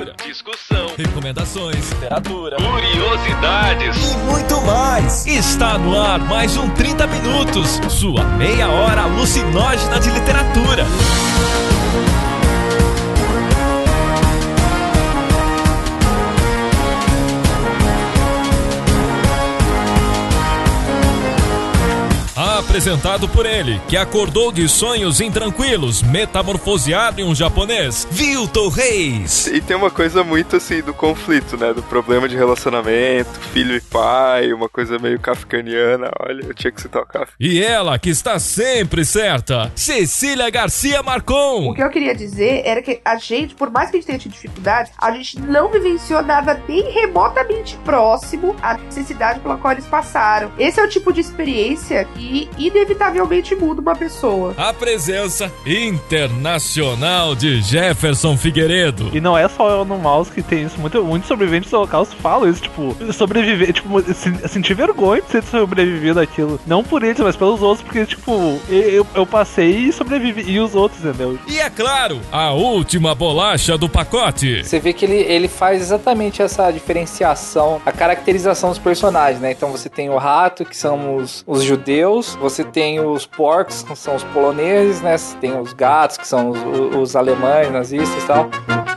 cultura, discussão, recomendações, literatura, curiosidades e muito mais. Está no ar mais um 30 Minutos, sua meia hora alucinógena de literatura. Apresentado por ele, que acordou de sonhos intranquilos, metamorfoseado em um japonês, Vilton Reis. E tem uma coisa muito assim do conflito, né? Do problema de relacionamento, filho e pai, uma coisa meio kafkaniana. Olha, eu tinha que citar o Kafka. E ela, que está sempre certa, Cecília Garcia Marcon. O que eu queria dizer era que a gente, por mais que a gente tenha tido dificuldade, a gente não vivenciou nada nem remotamente próximo à necessidade pela qual eles passaram. Esse é o tipo de experiência que inevitavelmente muda uma pessoa. A presença internacional de Jefferson Figueiredo. E não é só no Mouse que tem isso. Muitos sobreviventes do Holocausto falam isso, tipo, sobreviver, tipo, sentir vergonha de ter sobrevivido àquilo. Não por eles, mas pelos outros, porque, tipo, eu passei e sobrevivi, e os outros, entendeu? E é claro, a última bolacha do pacote. Você vê que ele faz exatamente essa diferenciação, a caracterização dos personagens, né? Então você tem o rato, que são os judeus, você tem os porcos, que são os poloneses, né? Você tem os gatos, que são os alemães, nazistas e tal.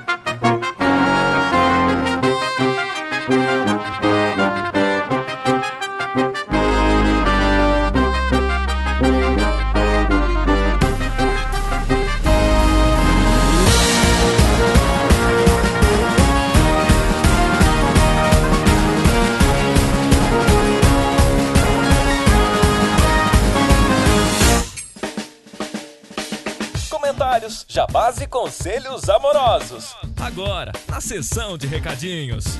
Jabás e conselhos amorosos. Agora, na sessão de recadinhos.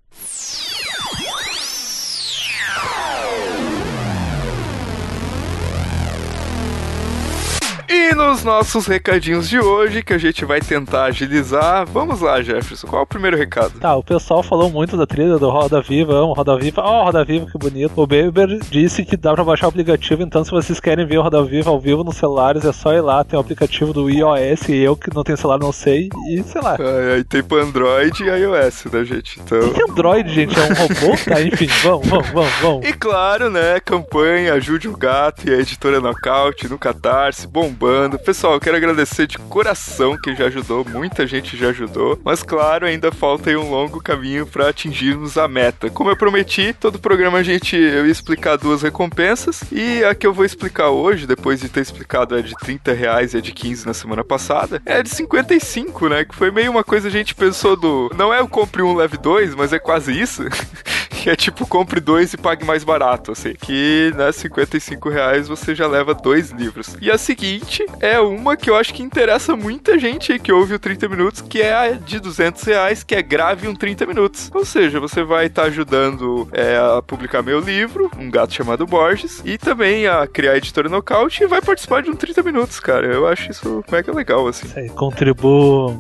E nos nossos recadinhos de hoje, que a gente vai tentar agilizar, vamos lá, Jefferson, qual é o primeiro recado? Tá, o pessoal falou muito da trilha do Roda Viva, amo Roda Viva, Roda Viva, que bonito. O Beber disse que dá pra baixar o aplicativo, então se vocês querem ver o Roda Viva ao vivo nos celulares, é só ir lá, tem o aplicativo do iOS, e eu que não tenho celular não sei, e sei lá. Aí tem pro Android e iOS, né, gente? Então... Que Android, gente? É um robô? Tá, enfim, vamos. E claro, né, campanha Ajude o Gato e a Editora Nocaute no Catarse, bombando. Pessoal, eu quero agradecer de coração quem já ajudou, muita gente já ajudou, mas claro, ainda falta aí um longo caminho para atingirmos a meta. Como eu prometi, todo programa eu ia explicar duas recompensas, e a que eu vou explicar hoje, depois de ter explicado a de R$30 e a de 15 na semana passada, é a de 55, né, que foi meio uma coisa a gente pensou não é o compre um, leve dois, mas é quase isso, que é tipo, compre dois e pague mais barato, assim, que, né, R$55 você já leva 2 livros. E a seguinte é uma que eu acho que interessa muita gente aí que ouve o 30 Minutos, que é a de R$200, que é Grave um 30 Minutos. Ou seja, você vai estar ajudando a publicar meu livro, Um Gato Chamado Borges, e também a criar a Editora Nocaute, e vai participar de um 30 Minutos, cara. Eu acho isso mega legal, assim. Isso aí, contribuam.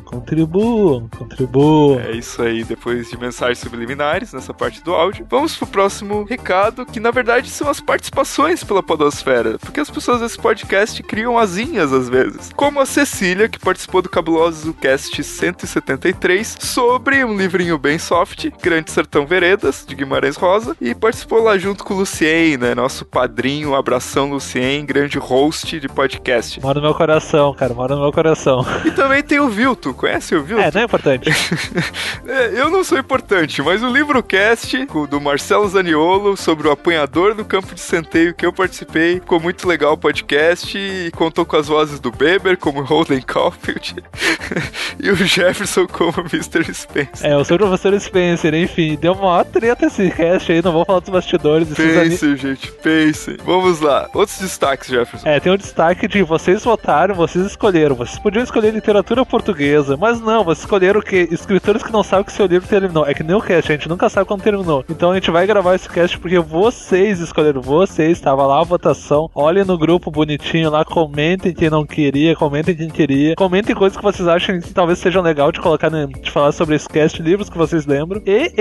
É isso aí, depois de mensagens subliminares nessa parte do áudio, vamos pro próximo recado, que na verdade são as participações pela podosfera, porque as pessoas desse podcast criam asinhas às vezes, como a Cecília, que participou do cabuloso cast 173 sobre um livrinho bem soft, Grande Sertão Veredas, de Guimarães Rosa, e participou lá junto com o Lucien, né, nosso padrinho. Um abração, Lucien, grande host de podcast. Mora no meu coração, cara, mora no meu coração. E também tem o Vilton, conhece o Vilton? Não é importante. Eu não sou importante, mas o livrocast do Marcelo Zaniolo sobre o apanhador no campo de centeio que eu participei, ficou muito legal o podcast, e contou com as vozes do Beber como Holden Caulfield e o Jefferson como Mr. Spencer. Eu sou o professor Spencer, enfim, deu uma maior treta esse cast aí, não vou falar dos bastidores. Pensem, gente, pensem. Vamos lá, outros destaques, Jefferson. Tem um destaque de vocês votaram, vocês escolheram, vocês podiam escolher literatura portuguesa, mas não, vocês escolheram o quê? Escritores que não sabem que seu livro terminou. É que nem o cast, a gente nunca sabe quando terminou. Então a gente vai gravar esse cast porque vocês escolheram, vocês, tava lá a votação. Olhem no grupo bonitinho lá, comentem quem não queria, comentem quem queria, comentem coisas que vocês acham que talvez sejam legal de colocar, de falar sobre esse cast, livros que vocês lembram.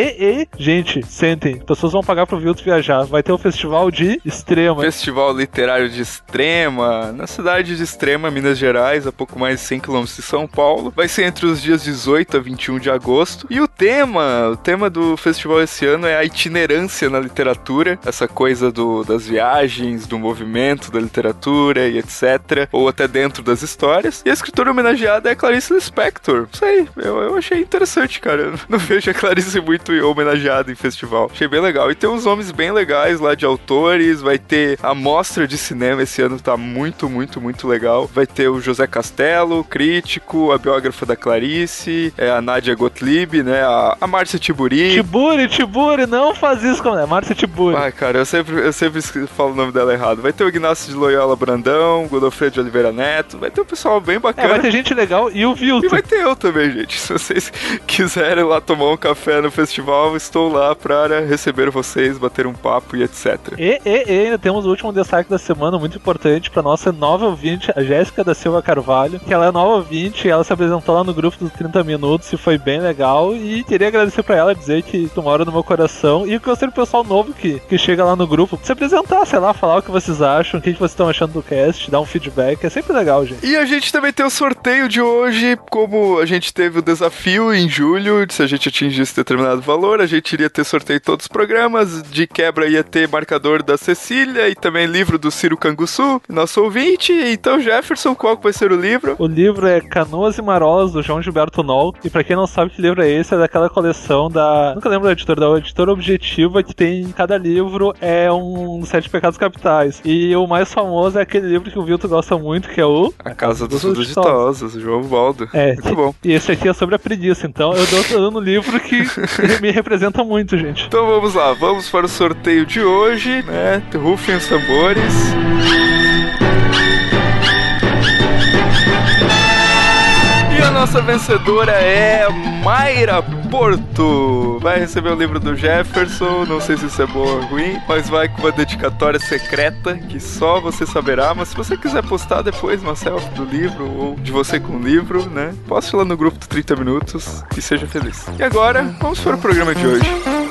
Gente, sentem, pessoas vão pagar pro Vilto viajar. Vai ter o festival de Extrema. Festival Literário de Extrema, na cidade de Extrema, Minas Gerais, a pouco mais de 100 km de São Paulo. Vai ser entre os dias 18 a 21 de agosto. E o tema do festival esse ano é a itinerância na literatura, essa coisa das viagens, do movimento da literatura e etc. Ou até dentro das histórias. E a escritora homenageada é a Clarice Lispector. Isso aí, eu achei interessante, cara. Eu não vejo a Clarice muito homenageada em festival. Achei bem legal. E tem uns nomes bem legais lá de autores. Vai ter a mostra de cinema esse ano, tá muito, muito, muito legal. Vai ter o José Castelo, crítico, a biógrafa da Clarice, a Nádia Gottlieb, né? A Márcia Tiburi. Tiburi, não faz isso com ela. Márcia Tiburi. Ai, cara, eu sempre falo o nome dela errado. Vai ter o Ignacio de Loyola Brandão, Godofredo de Oliveira Neto. Vai ter um pessoal bem bacana. Vai ter gente legal e o Vilto. E vai ter eu também, gente. Se vocês quiserem lá tomar um café no festival, estou lá para receber vocês, bater um papo e etc. E ainda temos o último destaque da semana, muito importante para nossa nova ouvinte, a Jéssica da Silva Carvalho, que ela é nova ouvinte, ela se apresentou lá no grupo dos 30 Minutos e foi bem legal, e queria agradecer pra ela, dizer que tu mora no meu coração, e que eu gostaria do pessoal novo que chega lá no grupo, se apresentar, sei lá, falar o que vocês acham, o que vocês estão achando do cast, dar um feedback, é sempre legal, gente. E a gente também tem o sorteio de hoje, como a gente teve o desafio em julho, se a gente atingisse determinado valor, a gente iria ter sorteio em todos os programas, de quebra ia ter marcador da Cecília e também livro do Ciro Canguçu, nosso ouvinte. Então, Jefferson, qual que vai ser o livro? O livro é Canoas e Marolas, do João Gilberto Noll, e pra quem não sabe que livro é esse, é daquela coleção nunca lembro da editora Objetiva, que tem em cada livro é um 7 Pecados Capitais, e o mais famoso é aquele livro que o Vilto gosta muito, que é o A Casa dos Ditosos, João Valdo. Muito bom. E esse aqui é sobre a preguiça, então eu tô dando um livro que me representa muito, gente. Então vamos lá, vamos para o sorteio de hoje, né? Rufem os tambores. E a nossa vencedora é Mayra Porto. Vai receber o livro do Jefferson. Não sei se isso é bom ou ruim, mas vai com uma dedicatória secreta que só você saberá. Mas se você quiser postar depois uma selfie do livro ou de você com o livro, né? Poste lá no grupo do 30 Minutos e seja feliz. E agora, vamos para o programa de hoje.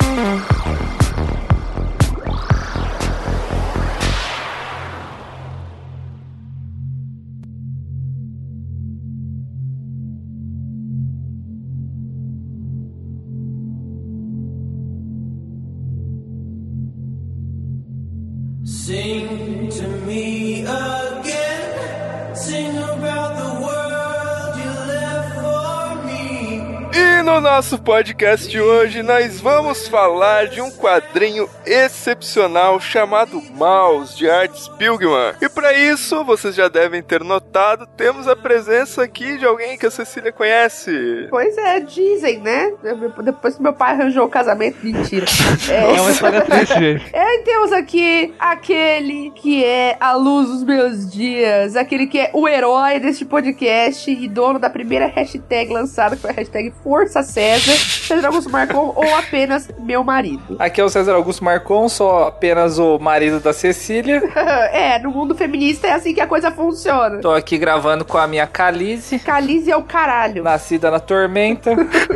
Sing to me again, sing about the world you left for me. E no nosso podcast de hoje nós vamos falar de um quadrinho excepcional chamado Maus, de Art Spiegelman. E para isso, vocês já devem ter notado, temos a presença aqui de alguém que a Cecília conhece. Pois é, dizem, né? Depois que meu pai arranjou o casamento, mentira. É uma história triste, gente. E temos aqui aquele que é a luz dos meus dias, aquele que é o herói deste podcast e dono da primeira hashtag lançada, que foi a hashtag Força César Augusto Marcon, ou apenas meu marido. Aqui é o César Augusto Marcon, sou apenas o marido da Cecília. No mundo feminista é assim que a coisa funciona. Tô aqui gravando com a minha Calize. Calize é o caralho. Nascida na tormenta.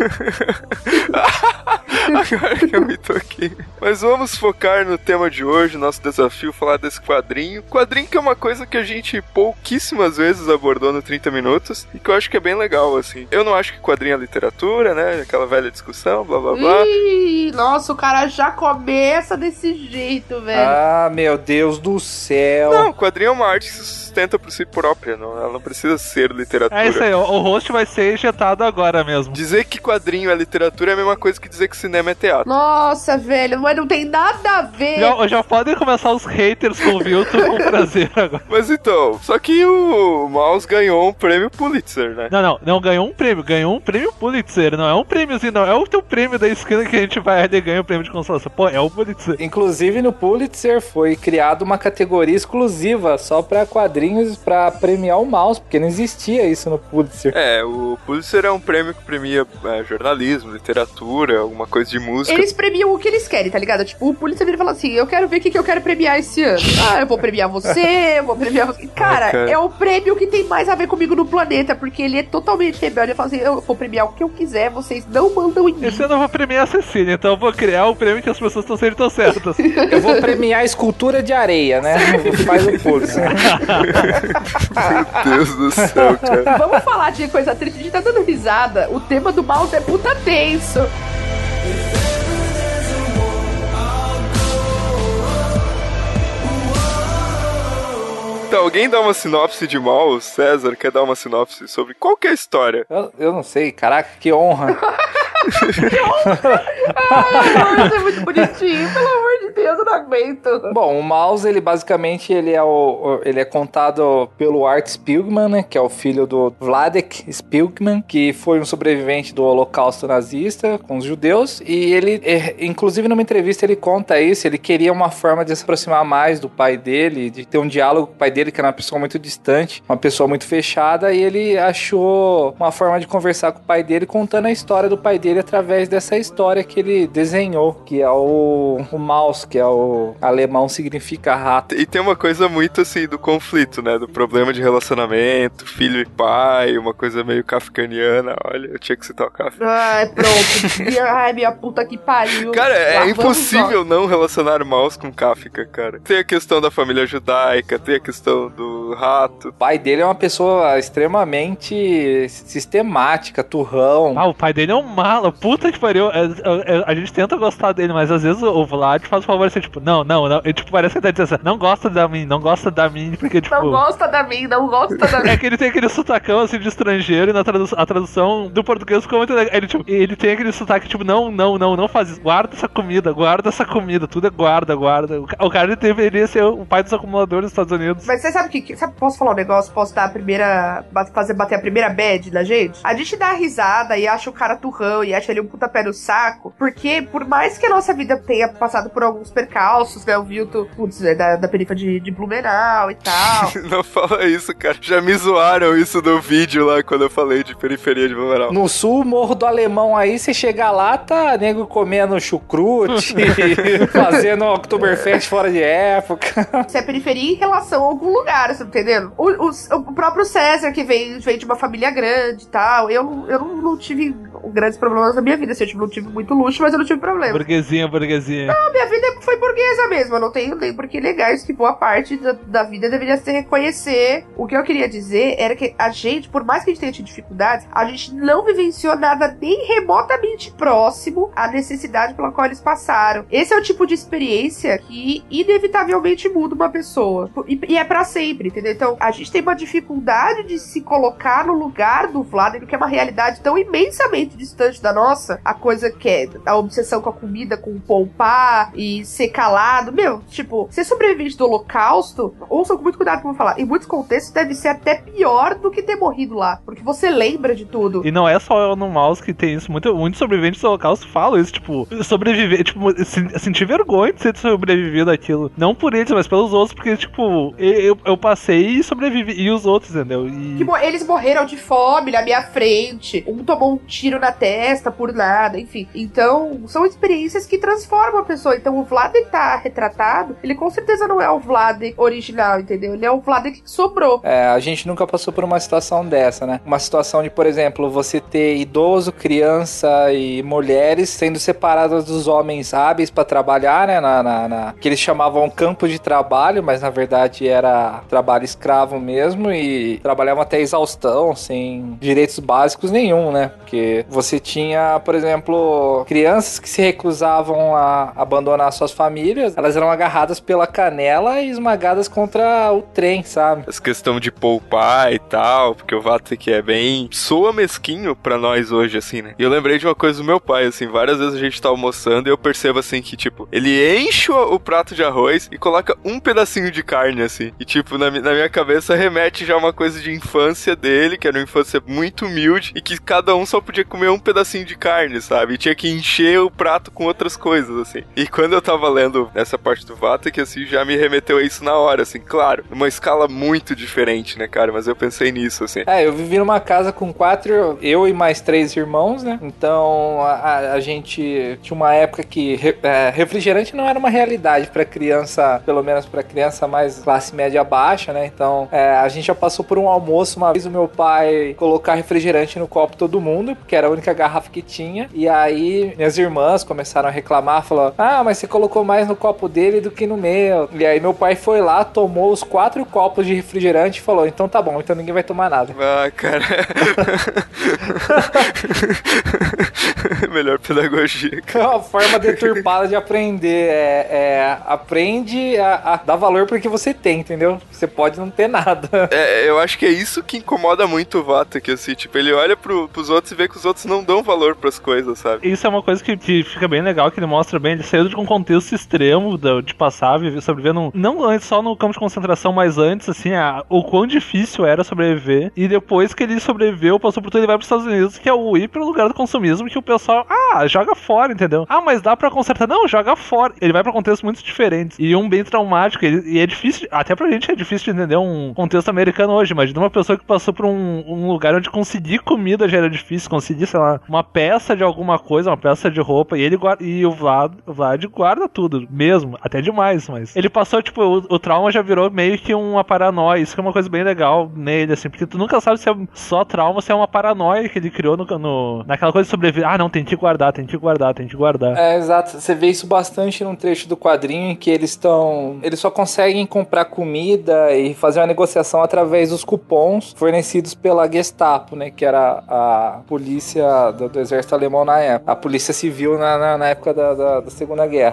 Agora que eu me toquei. Mas vamos focar no tema de hoje, nosso desafio, falar desse quadrinho. Quadrinho que é uma coisa que a gente pouquíssimas vezes abordou no 30 Minutos e que eu acho que é bem legal, assim. Eu não acho que quadrinho é literatura, né? Aquela velha discussão, blá blá blá. Ih, nossa, o cara já começa desse jeito, velho. Ah, meu Deus do céu. Não, quadrinho é uma arte que se sustenta por si própria, não, ela não precisa ser literatura. É isso aí, o host vai ser injetado agora mesmo. Dizer que quadrinho é literatura é a mesma coisa que dizer que cinema é teatro. Nossa, velho, mas não tem nada a ver. Já podem começar os haters com o Vilto com prazer agora. Mas então, só que o Maus ganhou um prêmio Pulitzer, né? Não ganhou um prêmio Pulitzer, não é um prêmiozinho, não, é o teu prêmio da esquina que a gente vai e ganha o prêmio de consolação. Pô, é o Pulitzer. Inclusive no Pulitzer foi criada uma categoria exclusiva só pra quadrinhos quadrinhos pra premiar o mouse, porque não existia isso no Pulitzer. O Pulitzer é um prêmio que premia jornalismo, literatura, alguma coisa de música. Eles premiam o que eles querem, tá ligado? Tipo, o Pulitzer ele fala assim, eu quero ver o que eu quero premiar esse ano. Eu vou premiar você, eu vou premiar você. Cara, é o prêmio que tem mais a ver comigo no planeta, porque ele é totalmente rebelde. Ele fala assim, eu vou premiar o que eu quiser, vocês não mandam em mim. Esse ano eu vou premiar a Cecília, então eu vou criar o prêmio que as pessoas estão sempre tão certas. Eu vou premiar a escultura de areia, né? Faz o Pulitzer. Meu Deus do céu, cara. Vamos falar de coisa triste, a gente tá dando risada. O tema do mouse é puta tenso. Então, alguém dá uma sinopse de Mal? César quer dar uma sinopse sobre qual que é a história? Eu não sei, caraca, que honra. Isso é muito bonitinho, pelo amor de Deus, eu não aguento. Bom, o Mouse, ele basicamente ele é contado pelo Art Spiegelman, né, que é o filho do Vladek Spiegelman, que foi um sobrevivente do Holocausto nazista com os judeus, e ele, inclusive numa entrevista ele conta isso, ele queria uma forma de se aproximar mais do pai dele, de ter um diálogo com o pai dele, que era uma pessoa muito distante, uma pessoa muito fechada, e ele achou uma forma de conversar com o pai dele, contando a história do pai dele através dessa história que ele desenhou, que é o Maus, que é o alemão significa rato. E tem uma coisa muito assim do conflito, né? Do problema de relacionamento, filho e pai, uma coisa meio kafkaniana. Olha, eu tinha que citar o Kafka. Ai, pronto. Ai, minha puta que pariu. Cara, Lá é impossível vamos não relacionar Maus com Kafka, cara. Tem a questão da família judaica, tem a questão do rato. O pai dele é uma pessoa extremamente sistemática, turrão. O pai dele é um mala, puta que pariu. A gente tenta gostar dele, mas às vezes o Vlad faz o favor assim, tipo, não. E, tipo, parece que ele tá dizendo assim, não gosta da mim, porque, tipo... Não gosta da mim, não gosta da mim. É que ele tem aquele sotacão, assim, de estrangeiro, e a tradução do português ficou muito legal. Ele tem aquele sotaque, tipo, não faz isso, guarda essa comida, tudo é guarda. O cara, ele deveria ser o pai dos acumuladores dos Estados Unidos. Mas você sabe que posso falar um negócio? Posso dar a primeira... bater a primeira bad da gente? A gente dá risada e acha o cara turrão e acha ele um puta pé no saco, porque por mais que a nossa vida tenha passado por alguns percalços, né? O Vilto, putz, da periferia de Blumenau e tal. Não fala isso, cara. Já me zoaram isso no vídeo lá, quando eu falei de periferia de Blumenau. No sul, Morro do Alemão aí, você chegar lá, tá nego comendo chucrute, fazendo Oktoberfest fora de época. Isso é periferia em relação a algum lugar, você tá entendendo? O próprio César, que vem de uma família grande e tal, eu não tive grandes problemas na minha vida, assim, eu não tive muito luxo, mas eu não tive problema. Burguesinha. Não, minha vida foi burguesa mesmo, eu não tenho nem por que negar isso, que boa parte da vida deveria ser reconhecer. O que eu queria dizer era que a gente, por mais que a gente tenha tido dificuldades, a gente não vivenciou nada nem remotamente próximo à necessidade pela qual eles passaram. Esse é o tipo de experiência que inevitavelmente muda uma pessoa. E é pra sempre, entendeu? Então, a gente tem uma dificuldade de se colocar no lugar do Vladimir, que é uma realidade tão imensamente distante da nossa, a coisa que é a obsessão com a comida, com poupar e ser calado. Meu, tipo, ser sobrevivente do Holocausto, ouçam com muito cuidado que eu vou falar, em muitos contextos deve ser até pior do que ter morrido lá, porque você lembra de tudo. E não é só no Mouse que tem isso, muitos sobreviventes do Holocausto falam isso, tipo, sobreviver, tipo, sentir vergonha de ser sobrevivido àquilo. Não por eles, mas pelos outros, porque, tipo, eu passei e sobrevivi, e os outros, entendeu? Eles morreram de fome na minha frente, um tomou um tiro na testa por nada, enfim. Então, são experiências que transformam a pessoa. Então, o Vladek tá retratado, ele com certeza não é o Vladek original, entendeu? Ele é o Vladek que sobrou. A gente nunca passou por uma situação dessa, né? Uma situação de, por exemplo, você ter idoso, criança e mulheres sendo separadas dos homens hábeis pra trabalhar, né? Que eles chamavam campo de trabalho, mas na verdade era trabalho escravo mesmo, e trabalhavam até exaustão, sem direitos básicos nenhum, né? Porque você tinha, por exemplo, crianças que se recusavam a abandonar suas famílias, elas eram agarradas pela canela e esmagadas contra o trem, sabe? Essa questão de poupar e tal, porque o Vatek é bem... soa mesquinho pra nós hoje, assim, né? E eu lembrei de uma coisa do meu pai, assim, várias vezes a gente tá almoçando e eu percebo, assim, que, tipo, ele enche o prato de arroz e coloca um pedacinho de carne, assim. E, tipo, na minha cabeça remete já uma coisa de infância dele, que era uma infância muito humilde e que cada um só podia comer comer um pedacinho de carne, sabe? E tinha que encher o prato com outras coisas, assim. E quando eu tava lendo essa parte do Vatek, assim, já me remeteu a isso na hora, assim, claro, numa escala muito diferente, né, cara? Mas eu pensei nisso, assim. Eu vivi numa casa com 4, eu e mais 3 irmãos, né? Então a gente tinha uma época que refrigerante não era uma realidade pra criança, pelo menos pra criança mais classe média baixa, né? Então a gente já passou por um almoço, uma vez o meu pai colocar refrigerante no copo todo mundo, porque era a única garrafa que tinha, e aí minhas irmãs começaram a reclamar, falando, mas você colocou mais no copo dele do que no meu. E aí meu pai foi lá, tomou os 4 copos de refrigerante e falou, então tá bom, então ninguém vai tomar nada. Cara. Melhor pedagogia. É uma forma deturpada de aprender. Aprende a dar valor porque você tem, entendeu? Você pode não ter nada. Eu acho que é isso que incomoda muito o Vatek, assim, tipo, ele olha pros outros e vê que os outros não dão valor pras coisas, sabe? Isso é uma coisa que fica bem legal, que ele mostra bem, ele saiu de um contexto extremo de passar, sobreviver não antes só no campo de concentração, mas antes, assim, o quão difícil era sobreviver, e depois que ele sobreviveu, passou por tudo, ele vai pros Estados Unidos, que é o ir pro lugar do consumismo, que o pessoal, joga fora, entendeu? Mas dá pra consertar, não, joga fora. Ele vai pra contextos muito diferentes, e um bem traumático, e é difícil, até pra gente é difícil de entender um contexto americano hoje. Imagina uma pessoa que passou por um lugar onde conseguir comida já era difícil, conseguir, sei lá, uma peça de alguma coisa, uma peça de roupa, e o Vlad guarda tudo, mesmo, até demais, mas ele passou, tipo, o trauma já virou meio que uma paranoia, isso que é uma coisa bem legal nele, assim, porque tu nunca sabe se é só trauma ou se é uma paranoia que ele criou naquela coisa de sobreviver, não, tem que guardar. Exato, você vê isso bastante num trecho do quadrinho em que eles só conseguem comprar comida e fazer uma negociação através dos cupons fornecidos pela Gestapo, né, que era a polícia do exército alemão na época, a polícia civil na época da Segunda Guerra.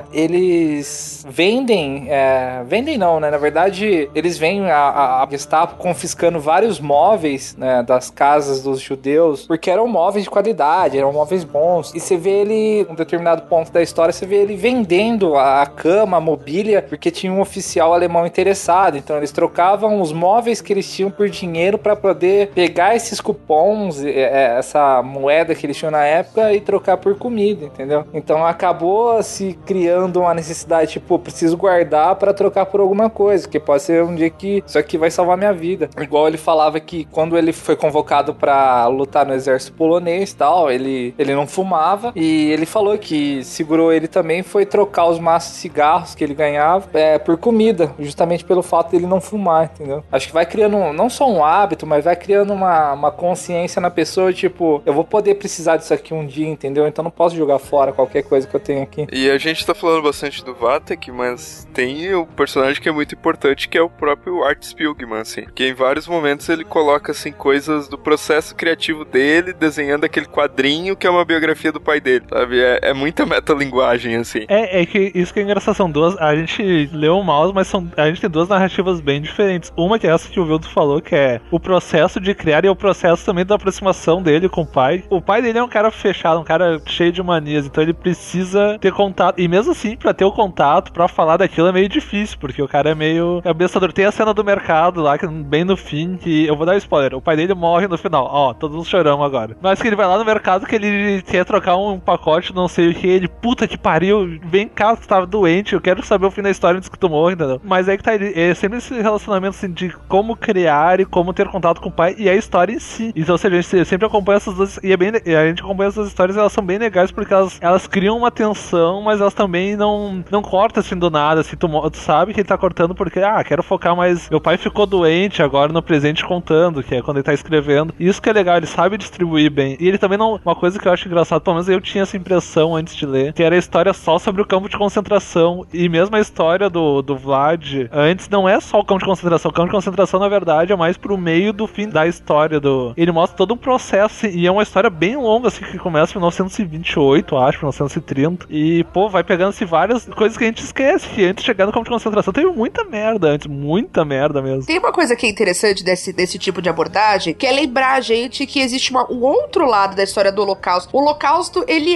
Eles vendem não, né, na verdade eles vêm a Gestapo confiscando vários móveis, né, das casas dos judeus, porque eram móveis de qualidade, eram móveis bons, e você vê ele, em um determinado ponto da história, você vê ele vendendo a cama, a mobília, porque tinha um oficial alemão interessado, então eles trocavam os móveis que eles tinham por dinheiro para poder pegar esses cupons, essa moeda que eles tinham na época, e trocar por comida, entendeu? Então acabou se criando uma necessidade, tipo, preciso guardar para trocar por alguma coisa, porque pode ser um dia que isso aqui vai salvar minha vida. Igual ele falava que quando ele foi convocado para lutar no exército polonês e tal, ele não fumava, e ele falou que segurou ele também foi trocar os maços de cigarros que ele ganhava por comida, justamente pelo fato dele não fumar, entendeu? Acho que vai criando não só um hábito, mas vai criando uma consciência na pessoa, tipo, eu vou poder precisar disso aqui um dia, entendeu? Então não posso jogar fora qualquer coisa que eu tenho aqui. E a gente tá falando bastante do Vatek, mas tem o personagem que é muito importante, que é o próprio Art Spiegelman, assim, porque em vários momentos ele coloca, assim, coisas do processo criativo dele, desenhando aquele quadrinho que é uma biografia do pai dele, sabe? É muita metalinguagem, assim. É que isso que é engraçado, são duas, a gente leu o Mouse, mas a gente tem duas narrativas bem diferentes. Uma que é essa que o Vildo falou, que é o processo de criar e o processo também da aproximação dele com o pai. O pai dele é um cara fechado, um cara cheio de manias, então ele precisa ter contato, e mesmo assim, pra ter o contato, pra falar daquilo é meio difícil, porque o cara é meio cabeçador. Tem a cena do mercado lá, que bem no fim, que eu vou dar um spoiler, o pai dele morre no final, todos choramos agora. Mas que ele vai lá no mercado, que ele quer trocar um pacote, não sei o que, ele, puta que pariu, vem cá, tu tava doente, eu quero saber o fim da história antes que tu morra, entendeu? Mas aí que tá, é sempre esse relacionamento assim, de como criar e como ter contato com o pai e a história em si. Então, ou seja, a gente sempre acompanha essas duas, e a gente acompanha essas histórias, elas são bem legais porque elas criam uma tensão, mas elas também não cortam assim do nada, assim, tu sabe que ele tá cortando porque, quero focar mais, meu pai ficou doente agora no presente contando, que é quando ele tá escrevendo. Isso que é legal, ele sabe distribuir bem. E ele também não, uma coisa que eu acho engraçado, pelo menos eu tinha essa impressão antes de ler, que era a história só sobre o campo de concentração, e mesmo a história do Vlad, antes não é só o campo de concentração na verdade é mais pro meio do fim da história ele mostra todo um processo, e é uma história bem longa, assim, que começa em 1928, acho, 1930, e, vai pegando-se várias coisas que a gente esquece, que antes de chegar no campo de concentração teve muita merda antes, muita merda mesmo. Tem uma coisa que é interessante desse tipo de abordagem, que é lembrar a gente que existe um outro lado da história do Holocausto. O Holocausto, ele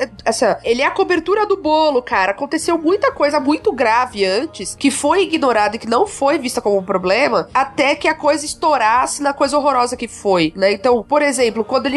é a cobertura do bolo, cara. Aconteceu muita coisa muito grave antes, que foi ignorada e que não foi vista como um problema, até que a coisa estourasse na coisa horrorosa que foi, né? Então, por exemplo, quando ele fala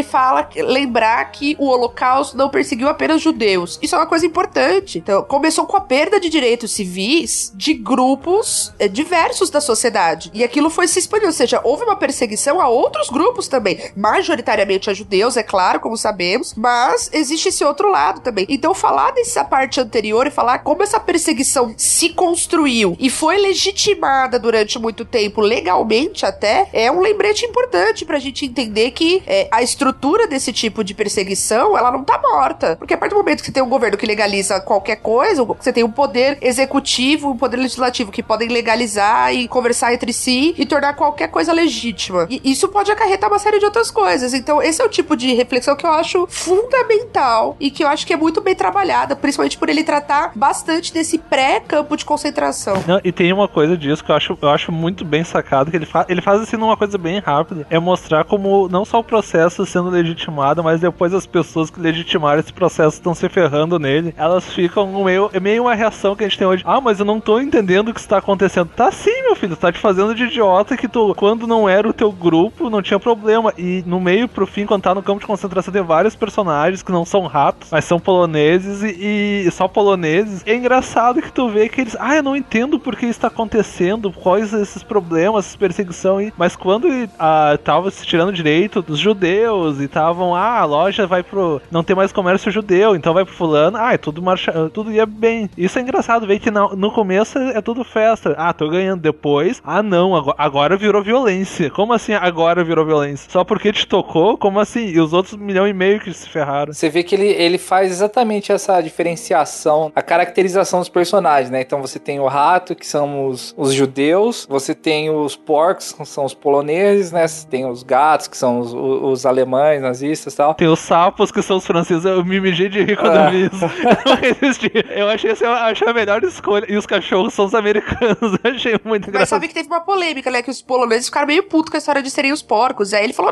lembrar que o Holocausto não perseguiu apenas judeus. Isso é uma coisa importante. Então, começou com a perda de direitos civis de grupos diversos da sociedade. E aquilo foi se expandindo, ou seja, houve uma perseguição a outros grupos também, majoritariamente a judeus, é claro, como sabemos, mas existe esse outro lado também. Então, falar dessa parte anterior e falar como essa perseguição se construiu e foi legitimada durante muito tempo, legalmente até, é um lembrete importante pra gente entender que a estrutura desse tipo de perseguição, ela não tá morta. Porque a partir do momento que você tem um governo que legaliza qualquer coisa, você tem um poder executivo, um poder legislativo que podem legalizar e conversar entre si e tornar qualquer coisa legítima. E isso pode acarretar uma série de outras coisas. Então, esse é o tipo de reflexão que eu acho fundamental e que eu acho que é muito bem trabalhada, principalmente por ele tratar bastante desse pré-campo de concentração. Não, e tem uma coisa disso que eu acho muito bem sacado, que ele faz assim numa coisa bem rápida, é mostrar como não só o processo sendo legitimado, mas depois as pessoas que legitimaram esse processo estão se ferrando nele, elas ficam meio uma reação que a gente tem hoje. Ah, mas eu não tô entendendo o que está acontecendo. Tá sim, meu filho, tá te fazendo de idiota que tu, quando não era o teu grupo, não tinha problema. E no meio, pro fim, quando tá no campo de concentração, tem vários personagens que não são ratos, mas são poloneses e só poloneses. É engraçado que tu vê que eles, eu não entendo por que isso tá acontecendo, quais esses problemas, essa perseguição aí. Mas quando tava se tirando direito dos judeus e estavam, a loja vai pro, não tem mais comércio judeu, então vai pro fulano, tudo ia bem. Isso é engraçado, ver que no começo é tudo festa. Tô ganhando. Depois, não, agora virou violência. Como assim agora virou violência? Só porque te tocou? Como assim? E os outros 1,5 milhão que se ferraram? Você vê que ele faz exatamente essa diferenciação, a caracterização dos personagens, né? Então você tem o rato, que são os judeus, você tem os porcos, que são os poloneses, né? Você tem os gatos, que são os alemães, nazistas e tal. Tem os sapos, que são os franceses. Eu me mijei de rir quando eu vi isso. Eu não resisti. Eu achei a melhor escolha. E os cachorros são os americanos. Eu achei muito engraçado. Mas sabe que teve uma polêmica, né? Que os poloneses ficaram meio putos com a história de serem os porcos. E aí ele falou,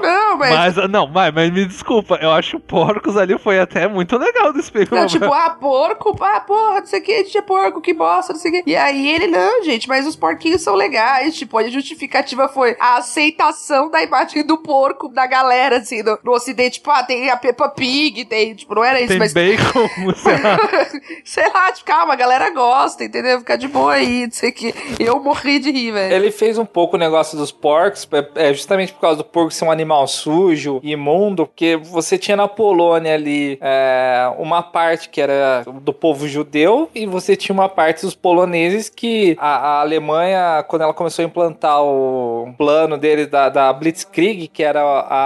mas me desculpa. Eu acho que porcos ali foi até muito legal do espelho. Não, tipo, porco, porra, não sei o que, a gente é porco, que bosta, não sei o que. E aí ele, não, gente, mas os porquinhos são legais. Tipo, a justificativa foi a aceitação da imagem do porco da galera, assim, no ocidente. Tipo, tem a Peppa Pig, tem, tipo, não era isso, tem mas... bacon, sei lá. Sei lá, tipo, calma, a galera gosta, entendeu? Fica de boa aí, não sei o que. Eu morri de rir, velho. Ele fez um pouco o negócio dos porcos, justamente por causa do porco ser um animal sujo e imundo, porque você tinha na Polônia ali uma parte que era do povo judeu e você tinha uma parte dos poloneses que a Alemanha, quando ela começou a implantar o plano deles da Blitzkrieg, que era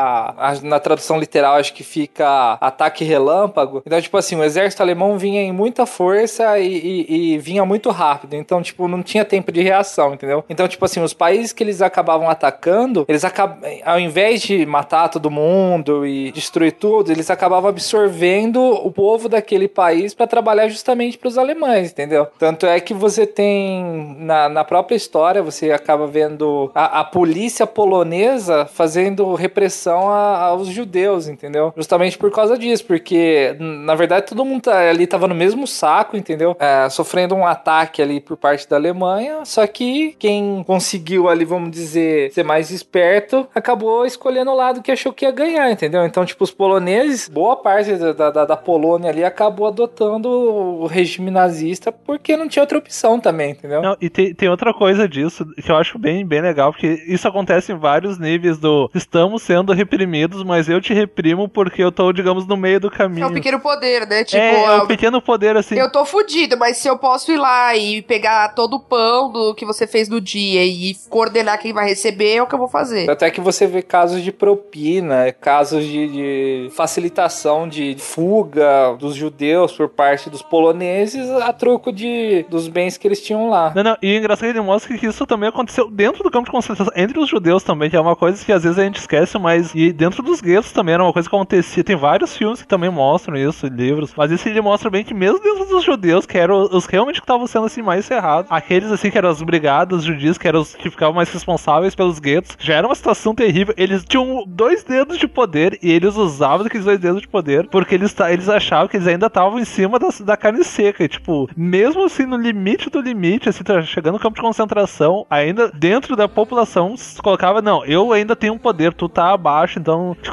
na tradução literal, acho que fica ataque relâmpago. Então, tipo assim, o exército alemão vinha em muita força e vinha muito rápido. Então, tipo, não tinha tempo de reação, entendeu? Então, tipo assim, os países que eles acabavam atacando, ao invés de matar todo mundo e destruir tudo, eles acabavam absorvendo o povo daquele país pra trabalhar justamente pros alemães, entendeu? Tanto é que você tem, na própria história, você acaba vendo a polícia polonesa fazendo repressão aos judeus, entendeu? Justamente por causa disso, porque, na verdade, todo mundo ali tava no mesmo saco, entendeu? Sofrendo um ataque ali por parte da Alemanha, só que quem conseguiu ali, vamos dizer, ser mais esperto, acabou escolhendo o lado que achou que ia ganhar, entendeu? Então, tipo, os poloneses, boa parte da Polônia ali acabou adotando o regime nazista porque não tinha outra opção também, entendeu? Não, e tem outra coisa disso que eu acho bem, bem legal, porque isso acontece em vários níveis estamos sendo reprimidos, mas eu te reprimo porque eu tô, digamos, no meio do caminho. É um pequeno poder, né? Tipo, é um pequeno poder, assim. Eu tô fudido, mas se eu posso ir lá e pegar todo o pão do que você fez no dia e coordenar quem vai receber, é o que eu vou fazer. Até que você vê casos de propina, casos de facilitação de fuga dos judeus por parte dos poloneses a troco dos bens que eles tinham lá. Não, e o engraçado é que ele mostra que isso também aconteceu dentro do campo de concentração, entre os judeus também, que é uma coisa que às vezes a gente esquece, mas e dentro dos guetos também era uma coisa que acontecia. Tem vários filmes que também mostram isso, livros, mas isso ele mostra bem que mesmo dentro dos judeus, que eram os realmente que estavam sendo assim mais cerrados, aqueles assim que eram as brigadas judias, que eram os que ficavam mais responsáveis pelos guetos, já era uma situação terrível. Eles tinham 2 dedos de poder e eles usavam aqueles 2 dedos de poder porque eles achavam que eles ainda estavam em cima da carne seca. E, tipo, mesmo assim no limite do limite, assim, chegando no campo de concentração, ainda dentro da população se colocava, não, eu ainda tenho um poder, tu tá abaixo, então te comprava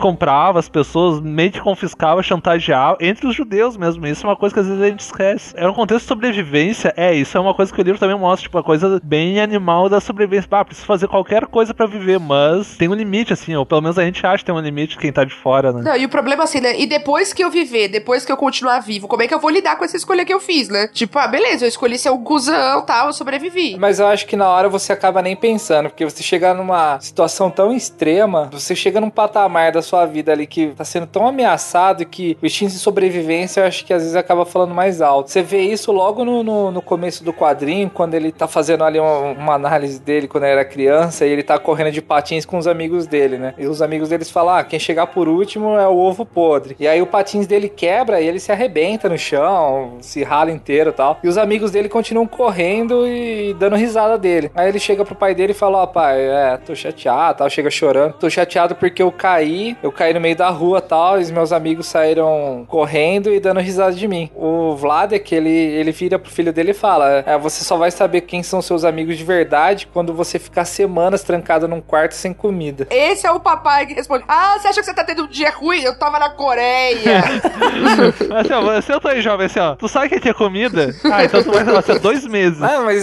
roubava as pessoas, meio que confiscava, chantageava, entre os judeus mesmo. Isso é uma coisa que às vezes a gente esquece. Era um contexto de sobrevivência, isso é uma coisa que o livro também mostra, tipo, a coisa bem animal da sobrevivência. Preciso fazer qualquer coisa pra viver, mas tem um limite, assim, ou pelo menos a gente acha que tem um limite quem tá de fora, né? Não, e o problema assim, né? E depois que eu viver, depois que eu continuar vivo, como é que eu vou lidar com essa escolha que eu fiz, né? Tipo, beleza, eu escolhi ser um cuzão, tal, eu sobrevivi. Mas eu acho que na hora você acaba nem pensando, porque você chega numa situação tão extrema, você chega num patamar da sua vida ali que tá sendo tão ameaçado que o instinto de sobrevivência eu acho que às vezes acaba falando mais alto. Você vê isso logo no começo do quadrinho, quando ele tá fazendo ali uma análise dele quando ele era criança e ele tá correndo de patins com os amigos dele, né? E os amigos deles falam, quem chegar por último é o ovo podre. E aí o patins dele quebra e ele se arrebenta no chão, se rala inteiro e tal. E os amigos dele continuam correndo e dando risada dele. Aí ele chega pro pai dele e fala, pai, tô chateado, tal, chega chorando. Tô chateado porque eu caí no meio da rua, tal, e os meus amigos saíram correndo e dando risada de mim. O Vladek, ele vira pro filho dele e fala, você só vai saber quem são seus amigos de verdade quando você ficar semanas trancado num quarto sem comida. Esse é o papai que responde, você acha que você tá tendo um dia ruim? Eu tava na Coreia. Assim, você tá aí, jovem, assim, tu sabe que tinha comida? Então tu vai ser 2 meses.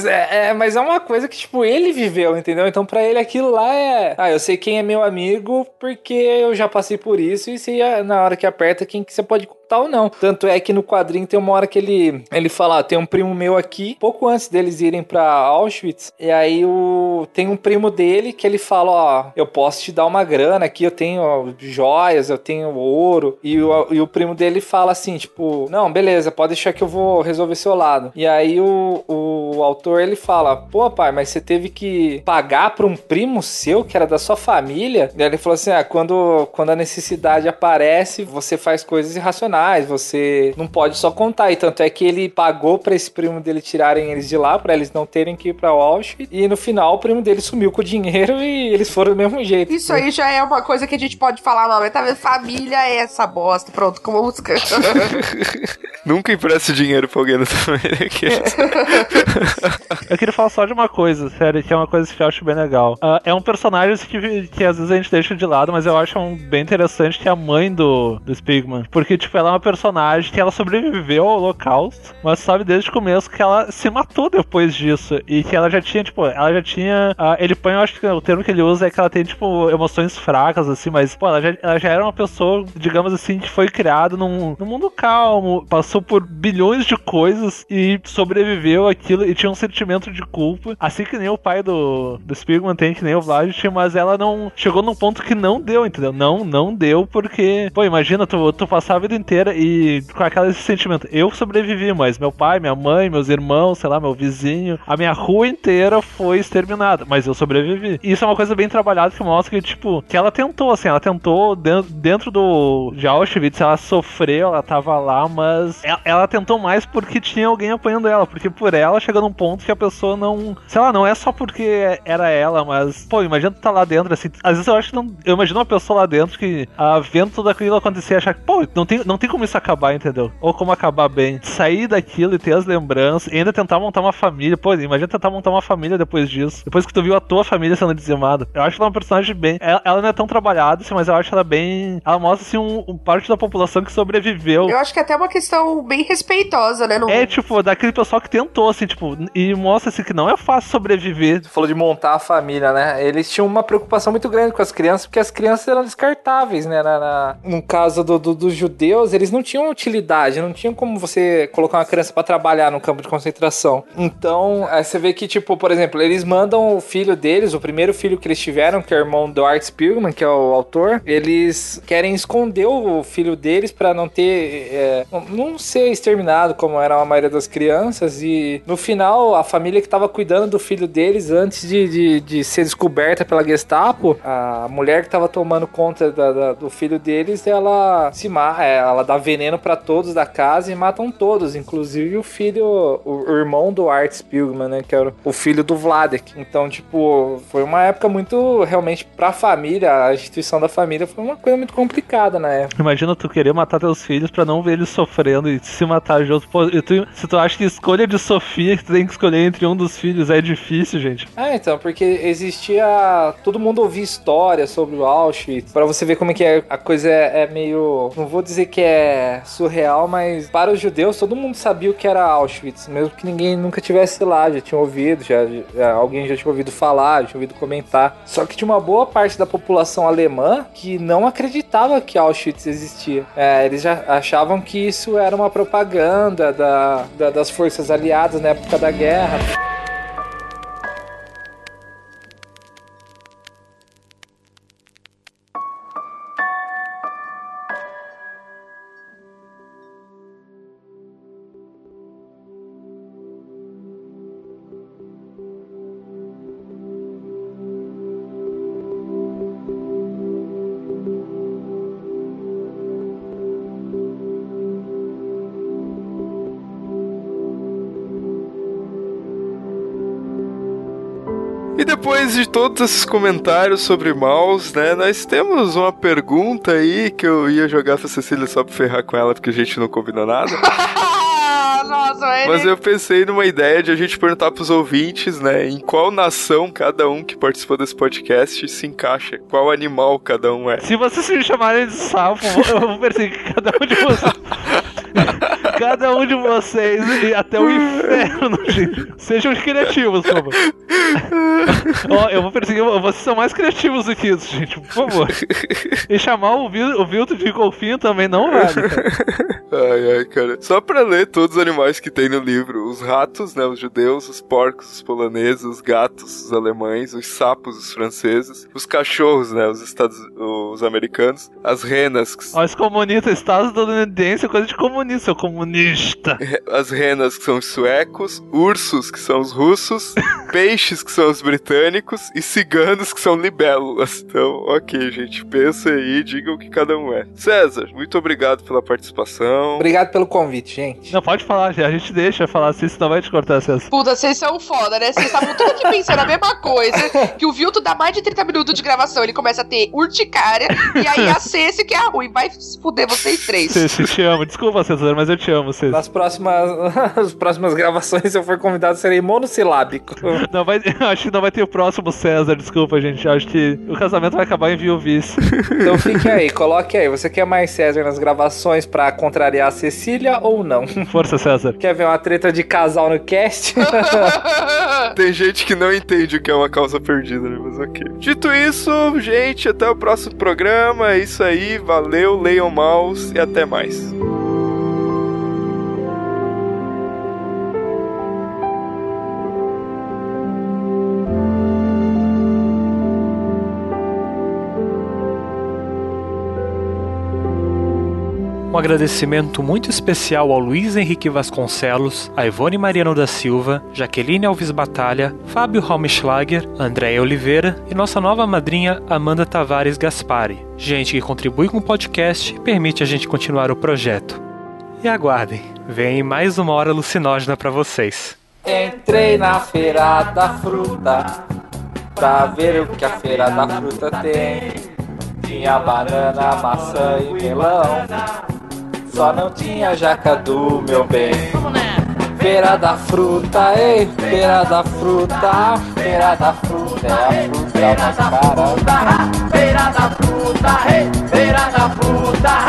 Mas é uma coisa que, tipo, ele viveu, entendeu? Então pra ele aquilo lá eu sei quem é meu amigo porque eu já passei por isso e sei na hora que aperta quem que você pode contar ou não. Tanto é que no quadrinho tem uma hora que ele fala, tem um primo meu aqui, pouco antes deles irem pra Auschwitz, e aí tem um primo dele que ele fala, eu posso te dar uma grana aqui, eu tenho joias, eu tenho ouro, e o primo dele fala assim, tipo, não, beleza, pode deixar que eu vou resolver seu lado. E aí o autor, ele fala, pô, pai, mas você teve que pagar pra um primo seu, que era da sua família? E aí ele falou assim, quando a necessidade aparece, você faz coisas irracionais, você não pode só contar, e tanto é que ele pagou pra esse primo dele tirarem eles de lá, pra eles não terem que ir pra Auschwitz, e no final o primo dele sumiu com o dinheiro e eles foram do mesmo jeito. Isso aí já é uma coisa que a gente pode falar, não, mas tá vendo? Família é essa bosta, pronto, como música. Nunca empreste dinheiro pra alguém da família aqui. Eu queria falar só de uma coisa, sério, que é uma coisa que eu acho bem legal. É um personagem que às vezes a gente deixa de lado, mas eu acho bem interessante, que é a mãe do Spiegelman. Porque, tipo, ela é uma personagem que ela sobreviveu ao Holocausto, mas sabe desde o começo que ela se matou depois disso. E que ela já tinha, ele põe, eu acho que o termo que ele usa é que ela tem, tipo, emoções fracas, assim, mas, pô, ela já era uma pessoa, digamos assim, que foi criada num mundo calmo, passou por bilhões de coisas e sobreviveu àquilo e tinha um sentimento de culpa, assim que nem o pai do Spiegelman tem, que nem o Vlad, mas ela não chegou num ponto que não deu, entendeu? Não deu porque, pô, imagina tu passar a vida inteira e com esse sentimento, eu sobrevivi, mas meu pai, minha mãe, meus irmãos, sei lá, meu vizinho, a minha rua inteira foi exterminada, mas eu sobrevivi. E isso é uma coisa bem trabalhada que mostra que, tipo, que ela tentou dentro de Auschwitz, ela sofreu, ela tava lá, mas ela tentou mais porque tinha alguém apoiando ela, porque por ela chega num ponto que a pessoa não, sei lá, não é só porque era ela, mas, pô, imagina tu tá lá dentro, assim, às vezes eu acho que eu imagino uma pessoa lá dentro que, vendo tudo aquilo acontecer, achar que, pô, não tem como isso acabar, entendeu? Ou como acabar bem. Sair daquilo e ter as lembranças, e ainda tentar montar uma família, pô, imagina tentar montar uma família depois disso, depois que tu viu a tua família sendo dizimada. Eu acho que ela é uma personagem bem, ela não é tão trabalhada, assim, mas eu acho ela bem, ela mostra, assim, parte da população que sobreviveu. Eu acho que é até uma questão bem respeitosa, né? Tipo, daquele pessoal que tentou, assim, tipo, e mostra, assim, que não é fácil sobreviver. Você falou de montar a família, né? Eles tinham uma preocupação muito grande com as crianças, porque as crianças eram descartáveis, né? No caso dos judeus, eles não tinham utilidade, não tinham como você colocar uma criança pra trabalhar no campo de concentração. Então, aí você vê que, tipo, por exemplo, eles mandam o filho deles, o primeiro filho que eles tiveram, que é o irmão do Art Spiegelman, que é o autor, eles querem esconder o filho deles pra não ter, não ser exterminado como era a maioria das crianças, e no final, a família que tava cuidando do filho deles antes de ser descoberta pela Gestapo, a mulher que tava tomando conta do filho deles, ela Ela dá veneno pra todos da casa e matam todos, inclusive o filho, o irmão do Art Spiegelman, né? Que era o filho do Vladek. Então, tipo, foi uma época muito, realmente, pra família, a instituição da família foi uma coisa muito complicada na época. Imagina tu querer matar teus filhos pra não ver eles sofrendo e se matar junto. Pô, se tu acha que escolha de Sofia, que tu tem que escolher entre um dos filhos, é difícil, gente. Então, porque existia... Todo mundo ouvia histórias sobre o Auschwitz, pra você ver como é que a coisa é meio... Não vou dizer que é surreal, mas para os judeus, todo mundo sabia o que era Auschwitz, mesmo que ninguém nunca tivesse lá, já tinha ouvido, alguém já tinha ouvido falar, já tinha ouvido comentar. Só que tinha uma boa parte da população alemã que não acreditava que Auschwitz existia. Eles já achavam que isso era uma propaganda das forças aliadas na época da guerra. E depois de todos esses comentários sobre Maus, né, nós temos uma pergunta aí que eu ia jogar pra Cecília só pra ferrar com ela, porque a gente não combinou nada. Nossa, Mas eu pensei numa ideia de a gente perguntar pros ouvintes, né, em qual nação cada um que participou desse podcast se encaixa, qual animal cada um é. Se vocês me chamarem de sapo, eu vou perseguir cada um de vocês. Cada um de vocês e até o inferno, gente. Sejam criativos, por favor. Ó, eu vou perseguir. Vocês são mais criativos do que isso, gente, por favor. E chamar o Vilto de golfinho também não vale, cara. Ai, cara. Só pra ler todos os animais que tem no livro: os ratos, né, os judeus, os porcos, os poloneses, os gatos, os alemães, os sapos, os franceses, os cachorros, né, os americanos, as renas. Ó, os comunistas, estadunidense, coisa de comunista, seu comunista. As renas, que são os suecos, ursos, que são os russos, peixes, que são os britânicos, e ciganos, que são libélulas. Então, ok, gente, pensa aí e digam o que cada um é. César, muito obrigado pela participação. Obrigado pelo convite, gente. Não, pode falar, a gente deixa falar assim, senão vai te cortar, César. Puta, vocês são foda, né? Vocês estavam tudo aqui pensando a mesma coisa, que o Vilto dá mais de 30 minutos de gravação, ele começa a ter urticária, e aí a Ceci que é a ruim. Vai se fuder vocês três. Ceci, te amo. Desculpa, César, mas eu te amo, Ceci. Nas próximas gravações, se eu for convidado, serei monossilábico. Não, acho que não vai ter o próximo César, desculpa, gente. Acho que o casamento vai acabar em viuvice. Então fique aí, coloque aí. Você quer mais César nas gravações pra contrariar a Cecília ou não? Força, César. Quer ver uma treta de casal no cast? Tem gente que não entende o que é uma causa perdida, né? Mas ok. Dito isso, gente, até o próximo programa. É isso aí, valeu, leiam Maus e até mais. Um agradecimento muito especial ao Luiz Henrique Vasconcelos, a Ivone Mariano da Silva, Jaqueline Alves Batalha, Fábio Raumschlager, Andréia Oliveira e nossa nova madrinha Amanda Tavares Gaspari. Gente que contribui com o podcast e permite a gente continuar o projeto. E aguardem, vem mais uma hora alucinógena pra vocês. Entrei na feira da fruta pra ver o que a feira da fruta tem. Tinha banana, maçã e melão, só não tinha jaca do meu bem. Feira da fruta, ei, feira da fruta, feira da fruta, é a fruta da nossa cara. Feira da fruta, ei, feira da fruta.